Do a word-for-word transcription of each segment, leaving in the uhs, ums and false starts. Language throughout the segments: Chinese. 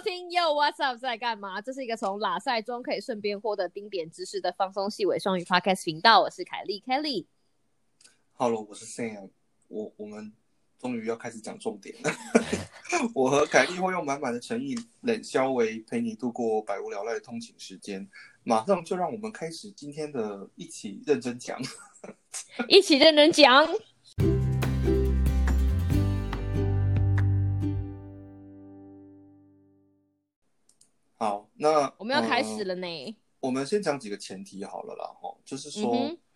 听 Yo What's Up 在干嘛？这是一个从拉塞中可以顺便获得丁点知识的放松细微双语 Podcast 频道。我是凯莉 Kelly。 Hello， 我是 Sam。我我们终于要开始讲重点了。我和凯莉会用满满的诚意、冷笑为陪你度过百无聊赖的通勤时间。马上就让我们开始今天的一起认真讲。 一起认真讲。 好，那我们要开始了呢。 呃、我们先讲几个前提好了啦，就是说，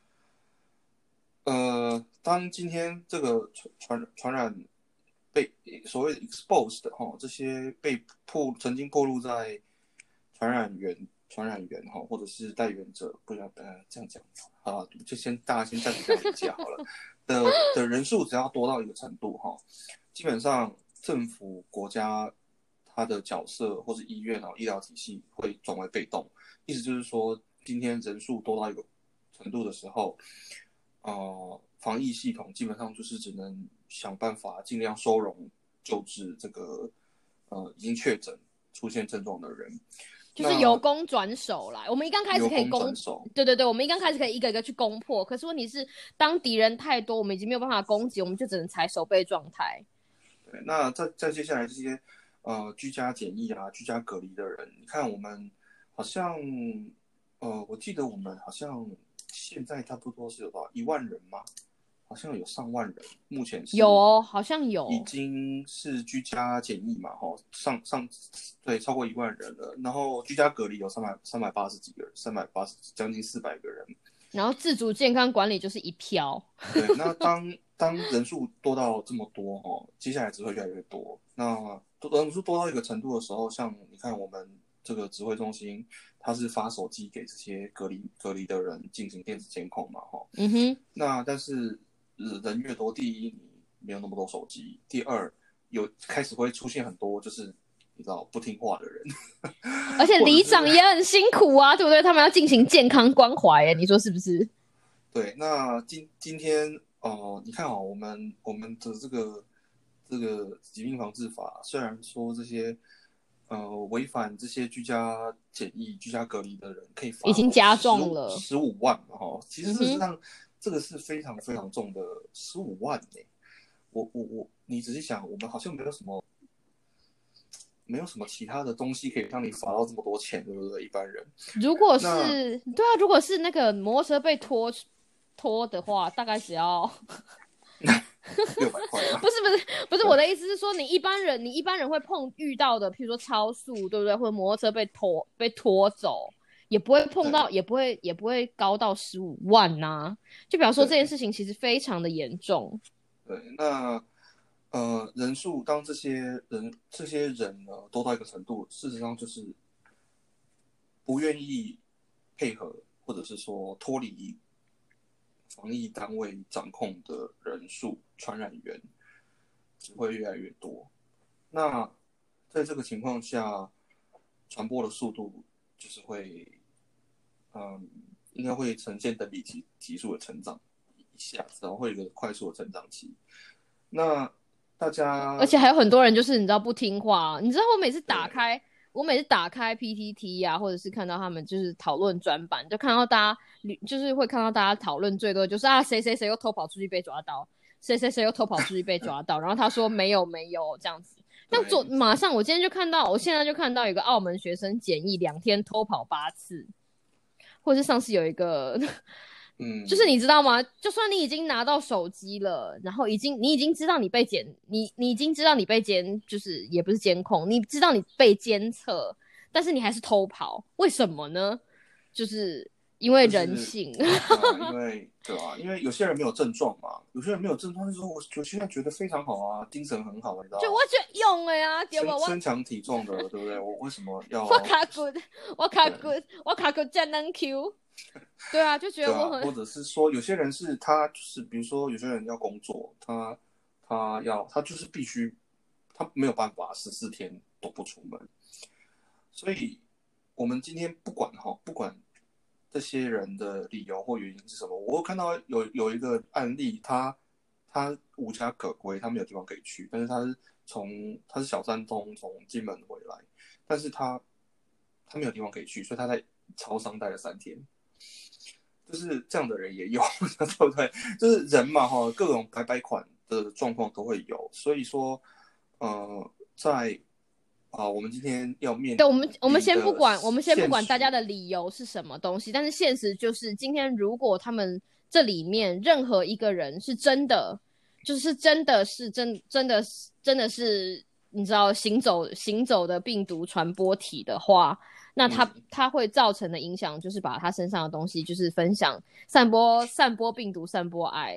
嗯、 呃，当今天这个传传染被所谓的 exposed 哈，这些被破曾经暴露在传染源、传染源哈，或者是带源者，不要呃这样讲啊，就先大家先暂停这样一下好了。的的人数只要多到一个程度哈，基本上政府国家它的角色或是医院啊医疗体系会转为被动，意思就是说，今天人数多到一个程度的时候，呃，防疫系统基本上就是只能想办法尽量收容救治这个呃已经确诊出现症状的人。 就是由攻转守啦，我们一刚开始可以攻，对对对，我们一刚开始可以一个一个去攻破。可是问题是，当敌人太多，我们已经没有办法攻击，我们就只能采守备状态。 对，那再再接下来这些呃居家检疫啊、居家隔离的人，你看我们好像呃，我记得我们好像现在差不多是有到一万人嘛，好像有上万人，目前是有哦，好像有， 已经是居家检疫嘛，哈，上上对超过一万人了，然后居家隔离有三百三百八十几个人，三百八十将近四百个人， 然后自主健康管理就是一票。 对，那当当人数多到这么多哈，接下来只会越来越多。那人数多到一个程度的时候，像你看我们这个指挥中心，它是发手机给这些隔离隔离的人进行电子监控嘛，哈， 嗯哼。 那但是人越多，第一你没有那么多手机，第二有开始会出现很多就是你知道不听话的人， 而且里长也很辛苦啊，对不对？他们要进行健康关怀，哎，你说是不是？ 对，那今今天哦、呃，你看哦，我们我们的这个这个疾病防治法，虽然说这些呃违反这些居家检疫、居家隔离的人可以罚已经加重了十五万嘛，哈，其实事实上、嗯、这个是非常非常重的十五万呢。我我我，你仔细想，我们好像没有什么没有什么其他的东西可以让你罚到这么多钱，对不对？一般人如果是对啊，如果是那个摩托车被拖。拖的话，大概只要六百块。 不是不是不是，我的意思是说，你一般人你一般人会碰遇到的，譬如说超速，对不对？或者摩托车被拖被拖走，也不会碰到，也不会也不会高到十五万呐、啊。就比方说这件事情其实非常的严重。 对，那呃人数当这些人这些人呢多到一个程度，事实上就是不愿意配合，或者是说脱离防疫单位掌控的人数，传染源只会越来越多。那在这个情况下，传播的速度就是会，嗯，应该会呈现等比级级数的成长，一下子，然后会有一个快速的成长期。那大家， 而且还有很多人就是你知道不听话，你知道我每次打开。我每次打开 P T T 啊，或者是看到他们就是讨论专版，就看到大家就是会看到大家讨论最多就是啊谁谁谁又偷跑出去被抓到，谁谁谁又偷跑出去被抓到，然后他说没有没有这样子。但昨马上我今天就看到，我现在就看到有个澳门学生检疫两天偷跑八次，或者是上次有一个。嗯，就是你知道吗？就算你已经拿到手机了，然后已经你已经知道你被监，你你已经知道你被监，就是也不是监控，你知道你被监测，但是你还是偷跑，为什么呢？就是因为人性。 就是啊、因为对啊，因为有些人没有症状嘛，有些人没有症状就说我我现在觉得非常好啊，精神很好，你知道吗？ 就我觉得用了呀，对吧？ 身强体壮的，对不对？我为什么要？ 我卡 good， 我卡 good， 我卡 good 真能 Q。对啊，就觉得我很、 啊，或者是说，有些人是他就是，比如说有些人要工作，他他要他就是必须，他没有办法十四天都不出门。所以，我们今天不管哈，不管这些人的理由或原因是什么，我看到有有一个案例，他他无家可归，他没有地方可以去，但是他是从他是小三通从金门回来， 但是他他没有地方可以去，所以他在超商待了三天。就是这样的人也有，对不对？就是人嘛，哈，各种百百款的状况都会有。所以说，呃，在啊、我们今天要面对，我们我们先不管，我们先不管现实大家的理由是什么东西，但是现实就是，今天如果他们这里面任何一个人是真的，就是真的是真真的是真的是你知道行走行走的病毒传播体的话，那他、 嗯他会造成的影响就是把他身上的东西就是分享、散播、散播病毒、散播爱。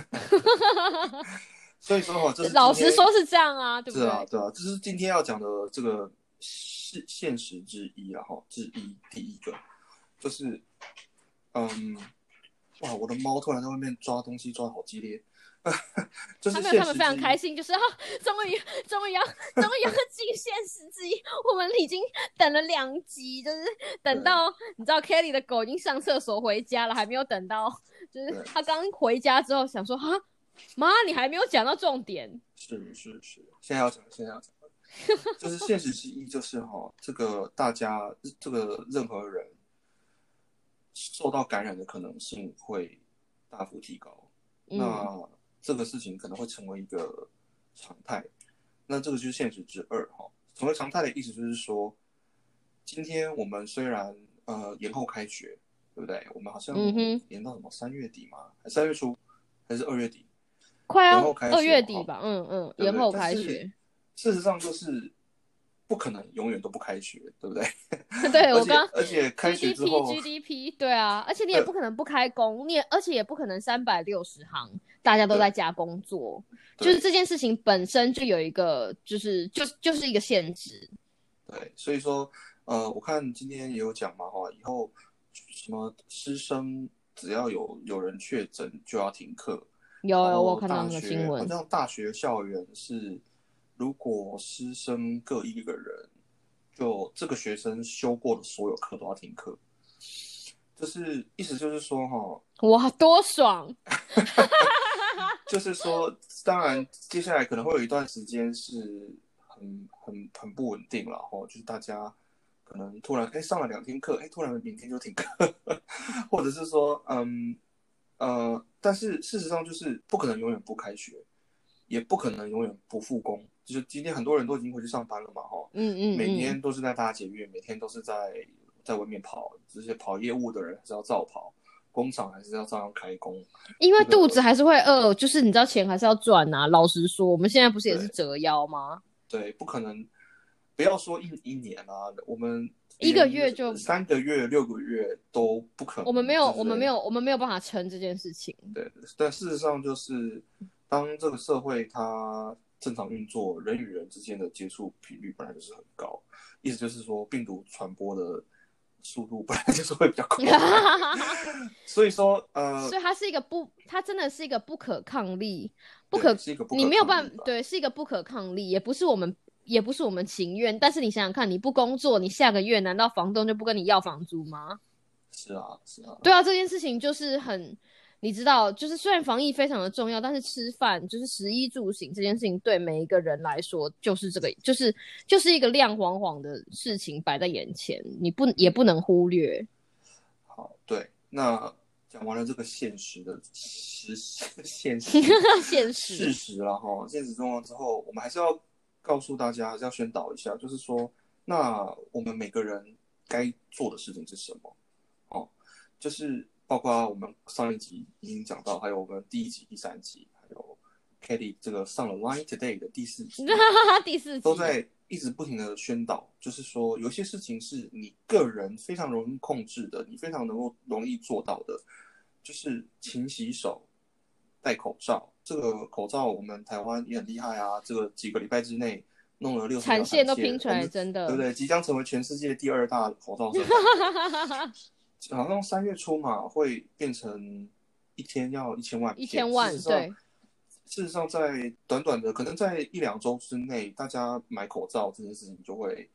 所以说哈，这是老今天实说是这样啊，对不对？ 是啊，对啊，这是今天要讲的这个是现实之一啊，哈，之一第一个就是，嗯，哇，我的猫突然在外面抓东西抓得好激烈，就是他们他们现实之一。 非常开心，就是啊，终于终于要终于要进现实之一，我们已经等了两集，就是等到你知道 Kelly 的狗已经上厕所回家了，还没有等到，就是他刚回家之后想说哈，妈，你还没有讲到重点。 是是是，现在要讲，现在要讲，就是现实之一，就是哈，这个大家这个任何人受到感染的可能性会大幅提高， 嗯、 那这个事情可能会成为一个常态，那这个就是现实之二哈。成为常态的意思就是说，今天我们虽然呃延后开学，对不对？我们好像延到什么三月底嘛，还三月初，还是二月底？ 快要二延后开学月底吧，嗯嗯，延后开学。 事实上就是不可能永远都不开学，对不对？ 对我刚而且开学之后 G D P G D P 对啊，而且你也不可能不开工，你也而且也不可能三百六十行大家都在家工作，就是这件事情本身就有一个就是就就是一个限制。 对，所以说呃，我看今天也有讲嘛哈，以后什么师生只要有有人确诊就要停课。 有有我看到那个新闻， 好像大学校园是，如果师生各一个人，就这个学生修过的所有课都要停课，就是意思就是说哈， 哇，多爽！ 就是说，当然接下来可能会有一段时间是很很很不稳定了哈，就是大家可能突然哎上了两天课，哎突然明天就停课，或者是说嗯。呃，但是事实上就是不可能永远不开学，也不可能永远不复工。就是今天很多人都已经回去上班了嘛，哈， 嗯嗯嗯， 每天都是在搭捷运，每天都是在在外面跑，这些跑业务的人还是要照跑，工厂还是要照样开工。 因为肚子还是会饿，就是你知道钱还是要赚啊。老实说，我们现在不是也是折腰吗？ 对，不可能，不要说一一年啊，我们。 一个月就三个月、六个月都不可能。 我们没有，我们没有，我们没有办法撑这件事情。 对，但事实上就是，当这个社会它正常运作，人与人之间的接触频率本来就是很高，意思就是说，病毒传播的速度本来就是会比较快。所以说，呃， 所以它是一个不，它真的是一个不可抗力，不可， 是一个不可你没有办法，对，是一个不可抗力，也不是我们。也不是我们情愿，但是你想想看，你不工作，你下个月难道房东就不跟你要房租吗？ 是啊，是啊。 对啊，这件事情就是很，你知道，就是虽然防疫非常的重要，但是吃饭就是食衣住行这件事情，对每一个人来说，就是这个，就是就是一个亮晃晃的事情摆在眼前，你不也不能忽略。 好，对，那讲完了这个现实的实现实现实事实了哈，现实状况之后，我们还是要。告诉大家，要宣导一下，就是说，那我们每个人该做的事情是什么？哦，就是包括我们上一集已经讲到，还有我们第一集、第三集，还有 Kelly 这个上了 Line Today 的第四集， 第四集都在一直不停的宣导，就是说，有些事情是你个人非常容易控制的，你非常能够容易做到的，就是勤洗手、戴口罩。这个口罩我们台湾也很厉害啊！这个几个礼拜之内弄了六十条产线都拼出来，真的， 对不对？即将成为全世界第二大口罩生产。好像三月初嘛，会变成一天要一千万片， 一千万对。 事实上，在短短的可能在一两周之内，大家买口罩这件事情就会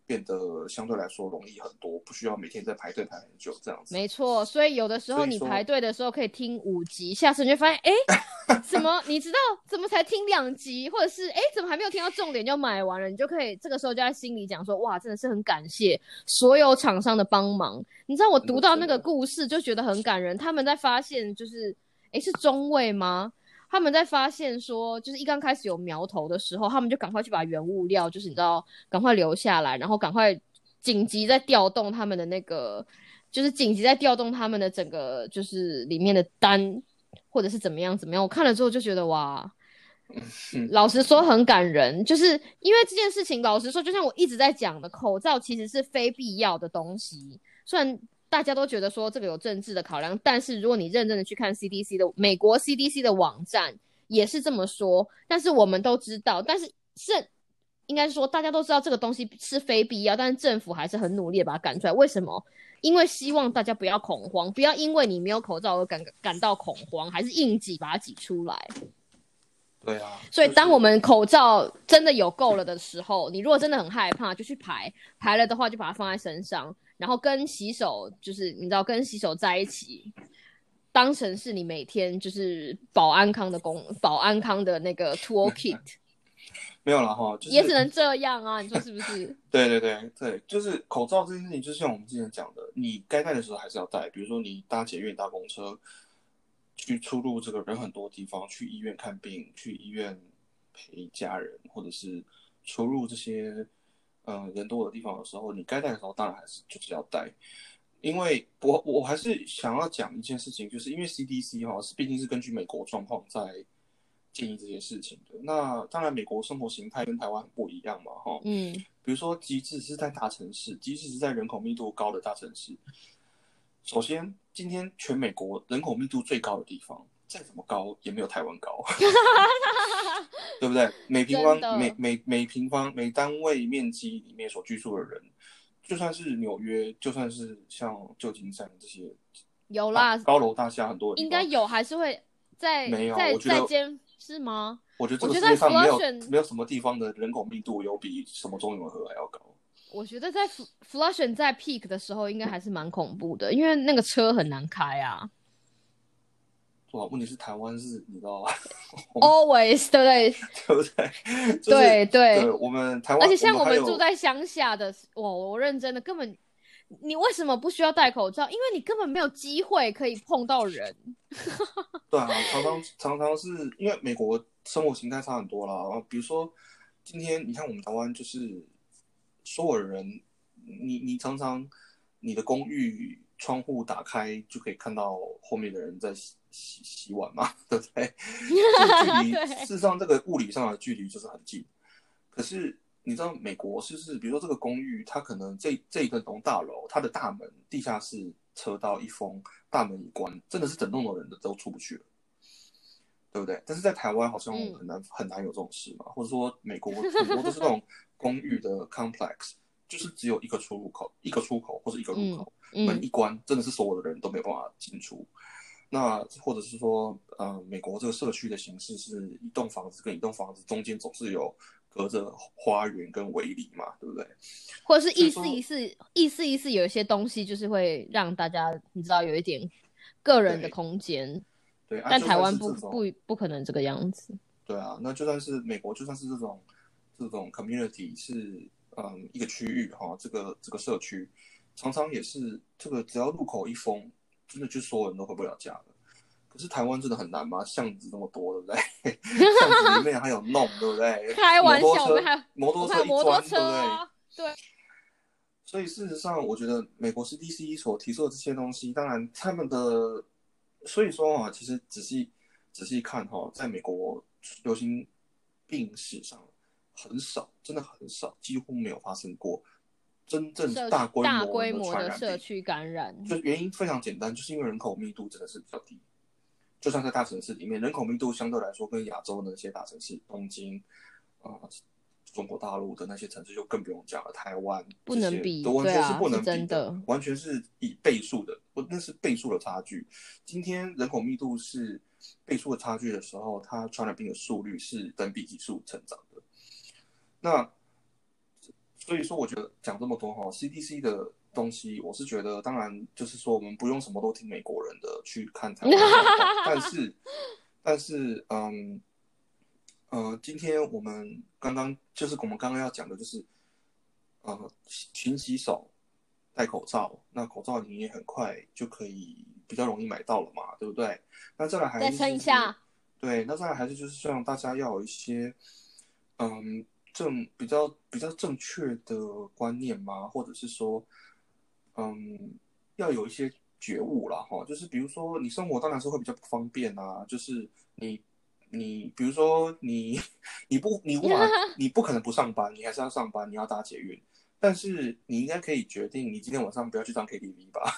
变得相对来说容易很多，不需要每天在排队排很久这样子。 没错，所以有的时候你排队的时候可以听五集，下次你就发现，哎，怎么你知道怎么才听两集，或者是哎怎么还没有听到重点就买完了，你就可以这个时候就在心里讲说，哇，真的是很感谢所有厂商的帮忙。你知道我读到那个故事就觉得很感人，他们在发现就是哎是中卫吗？他们在发现说，就是一刚开始有苗头的时候，他们就赶快去把原物料，就是你知道，赶快留下来，然后赶快紧急在调动他们的那个，就是紧急在调动他们的整个，就是里面的单，或者是怎么样怎么样。我看了之后就觉得哇，老实说很感人，就是因为这件事情，老实说，就像我一直在讲的，口罩其实是非必要的东西，虽然。大家都觉得说这个有政治的考量，但是如果你认真的去看 C D C 的美国 C D C 的网站也是这么说，但是我们都知道，但是是应该说大家都知道这个东西是非必要，但是政府还是很努力的把它赶出来。为什么？因为希望大家不要恐慌，不要因为你没有口罩而感感到恐慌，还是硬挤把它挤出来。 对啊， 所以当我们口罩真的有够了的时候，你如果真的很害怕，就去排，排了的话就把它放在身上，然后跟洗手，就是你知道跟洗手在一起，当成是你每天就是保安康的工保安康的那个 toolkit。 没有啦齁，就是也只能这样啊，你说是不是？ 对对对对，就是口罩这件事情，就像我们之前讲的，你该戴的时候还是要戴。比如说你搭捷运、搭公车，去出入这个人很多地方，去医院看病，去医院陪家人，或者是出入这些嗯人多的地方的时候，你该戴的时候当然还是就是要戴。因为我我还是想要讲一件事情，就是因为 C D C 哈是毕竟是根据美国状况在建议这些事情的。那当然，美国生活形态跟台湾很不一样嘛，哈， 嗯， 比如说，即使是在大城市，即使是在人口密度高的大城市，首先，今天全美国人口密度最高的地方，再怎么高也没有台湾高，对不对？每平方每每每平方每单位面积里面所居住的人。就算是纽约，就算是像旧金山这些， 有啦， 高楼大厦很多的地方， 应该有，还是会在没有， 在我觉得在间是吗？ 我觉得这个世界上没有没有什么地方的人口密度有比什么中永和还要高。 我觉得在 Flushing 在 peak 的时候，应该还是蛮恐怖的，因为那个车很难开啊。 哇，问题是台湾是，你知道吗 ？Always 对不对？ 对不对？就是、 对对对，我们台湾， 而且像我们住在乡下的，哇，我认真的，根本你为什么不需要戴口罩？因为你根本没有机会可以碰到人。 对啊，常常常常是因为美国生活形态差很多啦。比如说，今天你看我们台湾，就是所有人，你你常常你的公寓窗户打开就可以看到后面的人在洗洗洗碗嘛，对不对？距离事实上这个物理上的距离就是很近。可是你知道美国是不是？比如说这个公寓，它可能这这一栋大楼，它的大门地下室车道一封，大门一关，真的是整栋的人都出不去了，对不对？但是在台湾好像很难、嗯、很难有这种事嘛，或者说美国很多都是那种公寓的 complex， 就是只有一个出入口，一个出口或者一个入口，嗯、门一关，真的是所有的人都没有办法进出。那或者是说，呃，美国这个社区的形式是一栋房子跟一栋房子中间总是有隔着花园跟围篱嘛，对不对？ 或者是意思意思意思意思有一些东西就是会让大家你知道有一点个人的空间， 对， 但台湾不不不可能这个样子。 对啊，那就算是美国，就算是这种这种 community 是嗯一个区域哈，这个这个社区常常也是这个只要入口一封。真的就所有人都回不了家了，可是台湾真的很难吗？巷子那么多，对不对？巷子里面还有弄，对不对？ 开玩笑， 摩托车一钻，对不对？ 对。 所以事实上，我觉得美国 C D C 所提出的这些东西，当然他们的，所以说啊，其实仔细仔细看哈，在美国流行病史上很少，真的很少，几乎没有发生过。真正大规模的规模的社区感染， 就原因非常简单，就是因为人口密度真的是比较低。就算在大城市里面，人口密度相对来说跟亚洲的那些大城市，东京啊、呃、中国大陆的那些城市就更不用讲了，台湾不能比， 都完全是不能比的，啊、的完全是以倍数的，那是倍数的差距。今天人口密度是倍数的差距的时候，它传染病的速率是等比级数成长的。那所以说我觉得讲这么多哈 ，C D C 的东西，我是觉得当然就是说我们不用什么都听美国人的去看台湾但是但是嗯呃，今天我们刚刚就是我们刚刚要讲的就是呃勤洗手。戴口罩，那口罩你也很快就可以比较容易买到了嘛，对不对？那再来还是、就是、 再撑一下， 对，那再来还是就是希望大家要有一些嗯正比较比较正确的观念嘛，或者是说嗯要有一些觉悟啦哈，就是比如说你生活当然是会比较不方便啊，就是你你比如说你你不你无法你不可能不上班，你还是要上班，你要搭捷运。但是你应该可以决定，你今天晚上不要去唱 K T V 吧。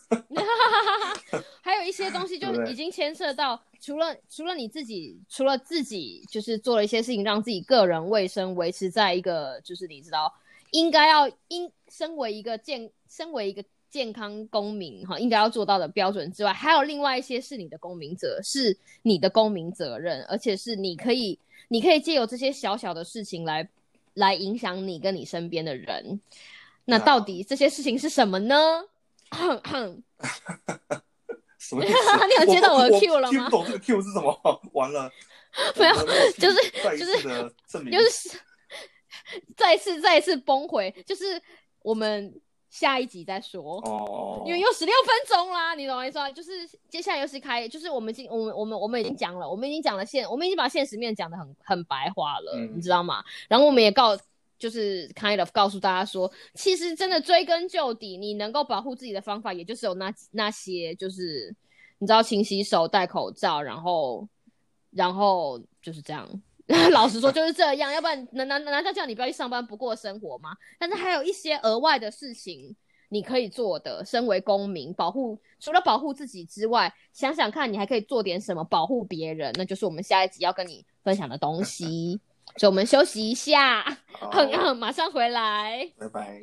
还有一些东西就已经牵涉到，除了除了你自己，除了自己就是做了一些事情，让自己个人卫生维持在一个就是你知道应该要应身为一个健身为一个健康公民哈，应该要做到的标准之外，还有另外一些是你的公民责，是你的公民责任，而且是你可以你可以借由这些小小的事情来。来影响你跟你身边的人，那到底这些事情是什么呢？ 什么意思？ 你有接到我的 Q 了吗？ 我听不懂这个 Q 是什么，完了， 没有，就是再一次的证明， 就是再次再次崩毁，就是我们下一集再说哦， 因为又十六分钟啦，你懂我意思吗？就是接下来又是开，就是我们已经我们我们我们已经讲了，我们已经讲了现，我们已经把现实面讲得很很白话了、嗯，你知道吗？然后我们也告，就是 kind of 告诉大家说，其实真的追根究底，你能够保护自己的方法，也就是有那那些，就是你知道，勤洗手、戴口罩，然后然后就是这样。老实说就是这样，要不然难难难道叫你不要去上班不过生活吗？但是还有一些额外的事情你可以做的，身为公民保护，除了保护自己之外，想想看你还可以做点什么保护别人，那就是我们下一集要跟你分享的东西。所以我们休息一下，马上回来， 拜拜。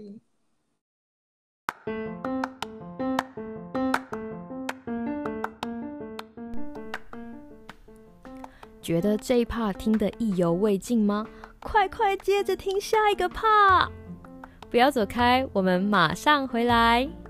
觉得这一 part 听得意犹未尽吗？快快接着听下一个 part！不要走开，我们马上回来。